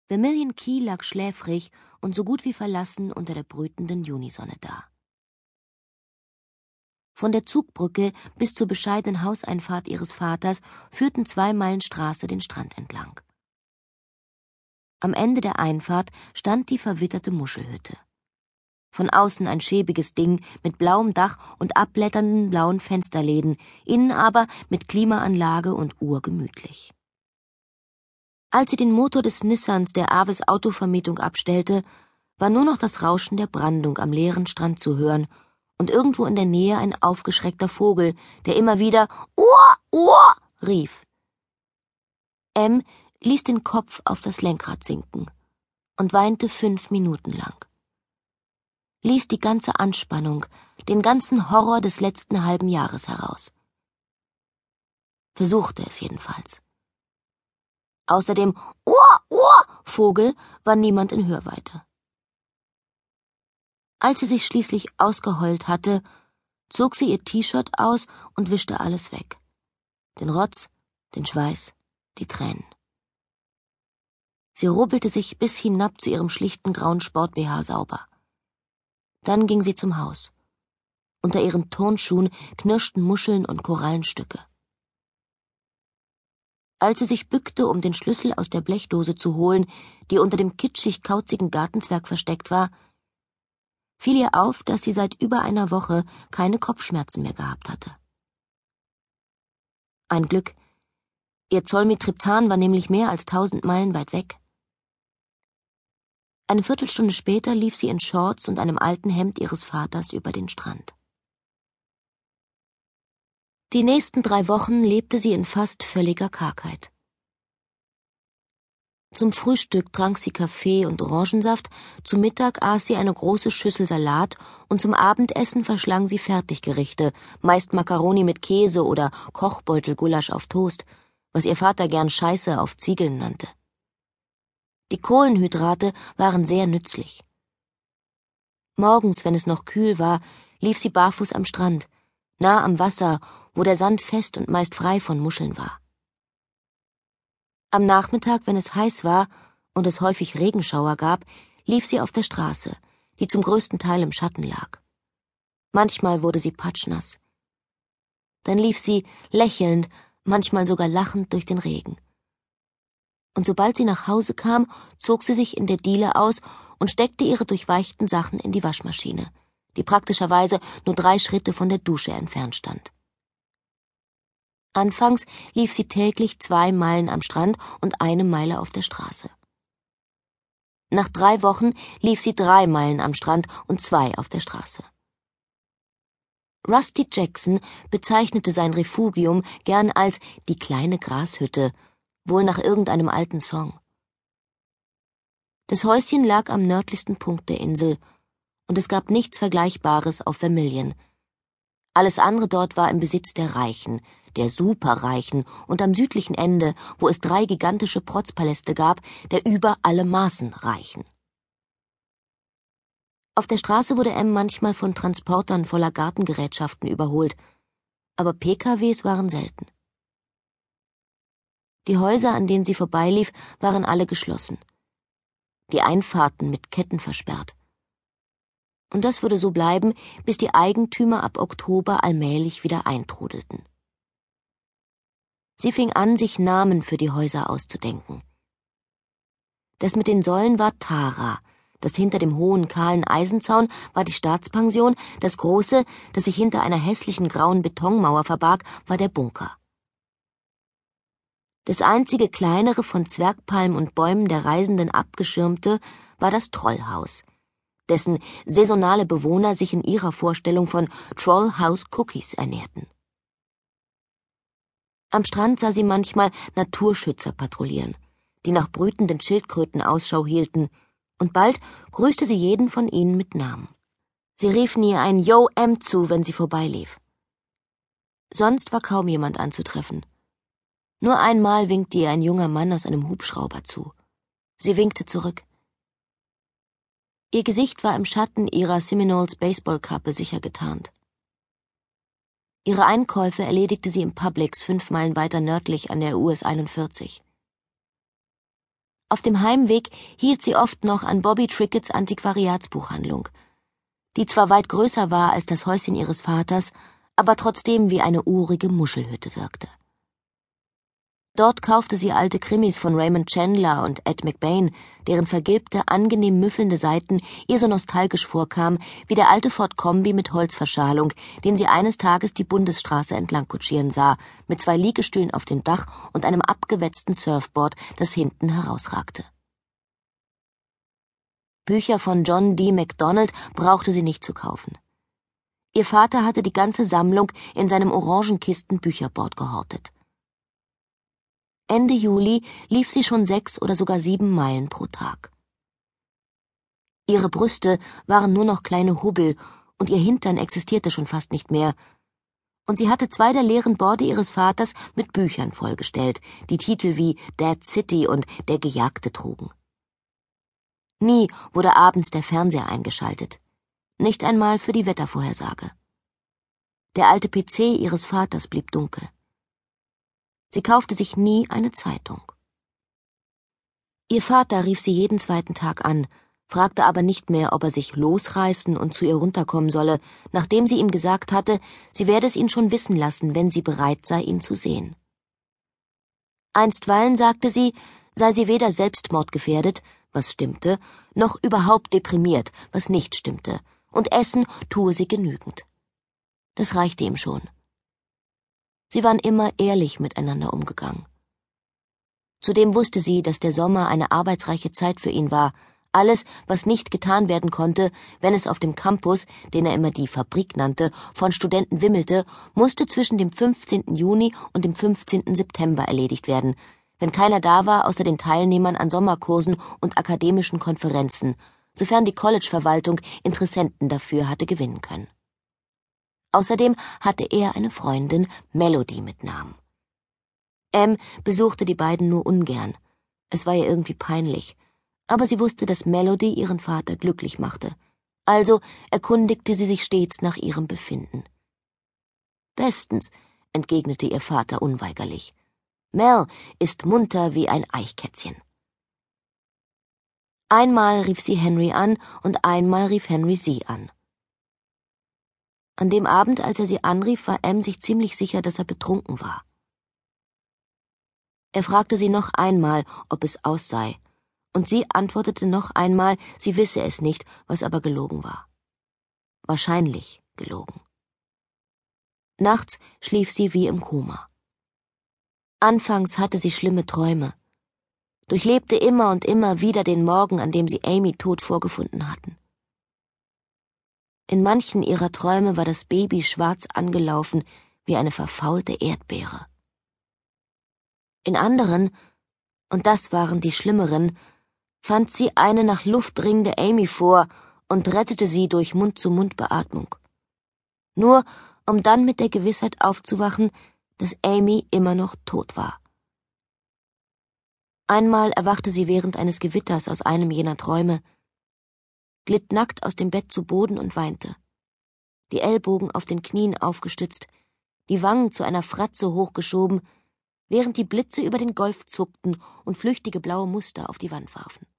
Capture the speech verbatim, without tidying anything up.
Vermilion Key lag schläfrig und so gut wie verlassen unter der brütenden Junisonne da. Von der Zugbrücke bis zur bescheidenen Hauseinfahrt ihres Vaters führten zwei Meilen Straße den Strand entlang. Am Ende der Einfahrt stand die verwitterte Muschelhütte. Von außen ein schäbiges Ding mit blauem Dach und abblätternden blauen Fensterläden, innen aber mit Klimaanlage und urgemütlich. Als sie den Motor des Nissans der Aves Autovermietung abstellte, war nur noch das Rauschen der Brandung am leeren Strand zu hören und irgendwo in der Nähe ein aufgeschreckter Vogel, der immer wieder »Uah, uah« rief. Em ließ den Kopf auf das Lenkrad sinken und weinte fünf Minuten lang. Ließ die ganze Anspannung, den ganzen Horror des letzten halben Jahres heraus. Versuchte es jedenfalls. Außer dem »Uah, uah« Vogel war niemand in Hörweite. Als sie sich schließlich ausgeheult hatte, zog sie ihr T-Shirt aus und wischte alles weg. Den Rotz, den Schweiß, die Tränen. Sie rubbelte sich bis hinab zu ihrem schlichten grauen Sport-B H sauber. Dann ging sie zum Haus. Unter ihren Turnschuhen knirschten Muscheln und Korallenstücke. Als sie sich bückte, um den Schlüssel aus der Blechdose zu holen, die unter dem kitschig-kauzigen Gartenzwerg versteckt war, fiel ihr auf, dass sie seit über einer Woche keine Kopfschmerzen mehr gehabt hatte. Ein Glück. Ihr Zolmitriptan war nämlich mehr als tausend Meilen weit weg. Eine Viertelstunde später lief sie in Shorts und einem alten Hemd ihres Vaters über den Strand. Die nächsten drei Wochen lebte sie in fast völliger Kargheit. Zum Frühstück trank sie Kaffee und Orangensaft, zu Mittag aß sie eine große Schüssel Salat und zum Abendessen verschlang sie Fertiggerichte, meist Makaroni mit Käse oder Kochbeutelgulasch auf Toast, was ihr Vater gern Scheiße auf Ziegeln nannte. Die Kohlenhydrate waren sehr nützlich. Morgens, wenn es noch kühl war, lief sie barfuß am Strand, nah am Wasser, wo der Sand fest und meist frei von Muscheln war. Am Nachmittag, wenn es heiß war und es häufig Regenschauer gab, lief sie auf der Straße, die zum größten Teil im Schatten lag. Manchmal wurde sie patschnass. Dann lief sie, lächelnd, manchmal sogar lachend durch den Regen. Und sobald sie nach Hause kam, zog sie sich in der Diele aus und steckte ihre durchweichten Sachen in die Waschmaschine, die praktischerweise nur drei Schritte von der Dusche entfernt stand. Anfangs lief sie täglich zwei Meilen am Strand und eine Meile auf der Straße. Nach drei Wochen lief sie drei Meilen am Strand und zwei auf der Straße. Rusty Jackson bezeichnete sein Refugium gern als die kleine Grashütte, wohl nach irgendeinem alten Song. Das Häuschen lag am nördlichsten Punkt der Insel, und es gab nichts Vergleichbares auf Vermilion. Alles andere dort war im Besitz der Reichen, der Superreichen, und am südlichen Ende, wo es drei gigantische Protzpaläste gab, der über alle Maßen Reichen. Auf der Straße wurde Em manchmal von Transportern voller Gartengerätschaften überholt, aber P K Ws waren selten. Die Häuser, an denen sie vorbeilief, waren alle geschlossen. Die Einfahrten mit Ketten versperrt. Und das würde so bleiben, bis die Eigentümer ab Oktober allmählich wieder eintrudelten. Sie fing an, sich Namen für die Häuser auszudenken. Das mit den Säulen war Tara, das hinter dem hohen, kahlen Eisenzaun war die Staatspension, das große, das sich hinter einer hässlichen grauen Betonmauer verbarg, war der Bunker. Das einzige kleinere, von Zwergpalmen und Bäumen der Reisenden abgeschirmte, war das Trollhaus, dessen saisonale Bewohner sich in ihrer Vorstellung von Trollhouse Cookies ernährten. Am Strand sah sie manchmal Naturschützer patrouillieren, die nach brütenden Schildkröten Ausschau hielten, und bald grüßte sie jeden von ihnen mit Namen. Sie riefen ihr ein Yo Em zu, wenn sie vorbeilief. Sonst war kaum jemand anzutreffen. Nur einmal winkte ihr ein junger Mann aus einem Hubschrauber zu. Sie winkte zurück. Ihr Gesicht war im Schatten ihrer Seminoles Baseballkappe sicher getarnt. Ihre Einkäufe erledigte sie im Publix fünf Meilen weiter nördlich an der U S einundvierzig. Auf dem Heimweg hielt sie oft noch an Bobby Tricketts Antiquariatsbuchhandlung, die zwar weit größer war als das Häuschen ihres Vaters, aber trotzdem wie eine urige Muschelhütte wirkte. Dort kaufte sie alte Krimis von Raymond Chandler und Ed McBain, deren vergilbte, angenehm müffelnde Seiten ihr so nostalgisch vorkam wie der alte Ford Kombi mit Holzverschalung, den sie eines Tages die Bundesstraße entlang kutschieren sah, mit zwei Liegestühlen auf dem Dach und einem abgewetzten Surfboard, das hinten herausragte. Bücher von John D. MacDonald brauchte sie nicht zu kaufen. Ihr Vater hatte die ganze Sammlung in seinem Orangenkisten-Bücherbord gehortet. Ende Juli lief sie schon sechs oder sogar sieben Meilen pro Tag. Ihre Brüste waren nur noch kleine Hubbel und ihr Hintern existierte schon fast nicht mehr. Und sie hatte zwei der leeren Borde ihres Vaters mit Büchern vollgestellt, die Titel wie Dead City und Der Gejagte trugen. Nie wurde abends der Fernseher eingeschaltet, nicht einmal für die Wettervorhersage. Der alte P C ihres Vaters blieb dunkel. Sie kaufte sich nie eine Zeitung. Ihr Vater rief sie jeden zweiten Tag an, fragte aber nicht mehr, ob er sich losreißen und zu ihr runterkommen solle, nachdem sie ihm gesagt hatte, sie werde es ihn schon wissen lassen, wenn sie bereit sei, ihn zu sehen. Einstweilen, sagte sie, sei sie weder selbstmordgefährdet, was stimmte, noch überhaupt deprimiert, was nicht stimmte, und essen tue sie genügend. Das reichte ihm schon. Sie waren immer ehrlich miteinander umgegangen. Zudem wusste sie, dass der Sommer eine arbeitsreiche Zeit für ihn war. Alles, was nicht getan werden konnte, wenn es auf dem Campus, den er immer die Fabrik nannte, von Studenten wimmelte, musste zwischen dem fünfzehnten Juni und dem fünfzehnten September erledigt werden, wenn keiner da war außer den Teilnehmern an Sommerkursen und akademischen Konferenzen, sofern die Collegeverwaltung Interessenten dafür hatte gewinnen können. Außerdem hatte er eine Freundin, Melody, mit Namen. Em besuchte die beiden nur ungern. Es war ihr irgendwie peinlich. Aber sie wusste, dass Melody ihren Vater glücklich machte. Also erkundigte sie sich stets nach ihrem Befinden. »Bestens«, entgegnete ihr Vater unweigerlich. »Mel ist munter wie ein Eichkätzchen.« Einmal rief sie Henry an und einmal rief Henry sie an. An dem Abend, als er sie anrief, war Em sich ziemlich sicher, dass er betrunken war. Er fragte sie noch einmal, ob es aus sei, und sie antwortete noch einmal, sie wisse es nicht, was aber gelogen war. Wahrscheinlich gelogen. Nachts schlief sie wie im Koma. Anfangs hatte sie schlimme Träume, durchlebte immer und immer wieder den Morgen, an dem sie Amy tot vorgefunden hatten. In manchen ihrer Träume war das Baby schwarz angelaufen wie eine verfaulte Erdbeere. In anderen, und das waren die schlimmeren, fand sie eine nach Luft ringende Amy vor und rettete sie durch Mund-zu-Mund-Beatmung. Nur, um dann mit der Gewissheit aufzuwachen, dass Amy immer noch tot war. Einmal erwachte sie während eines Gewitters aus einem jener Träume, glitt nackt aus dem Bett zu Boden und weinte, die Ellbogen auf den Knien aufgestützt, die Wangen zu einer Fratze hochgeschoben, während die Blitze über den Golf zuckten und flüchtige blaue Muster auf die Wand warfen.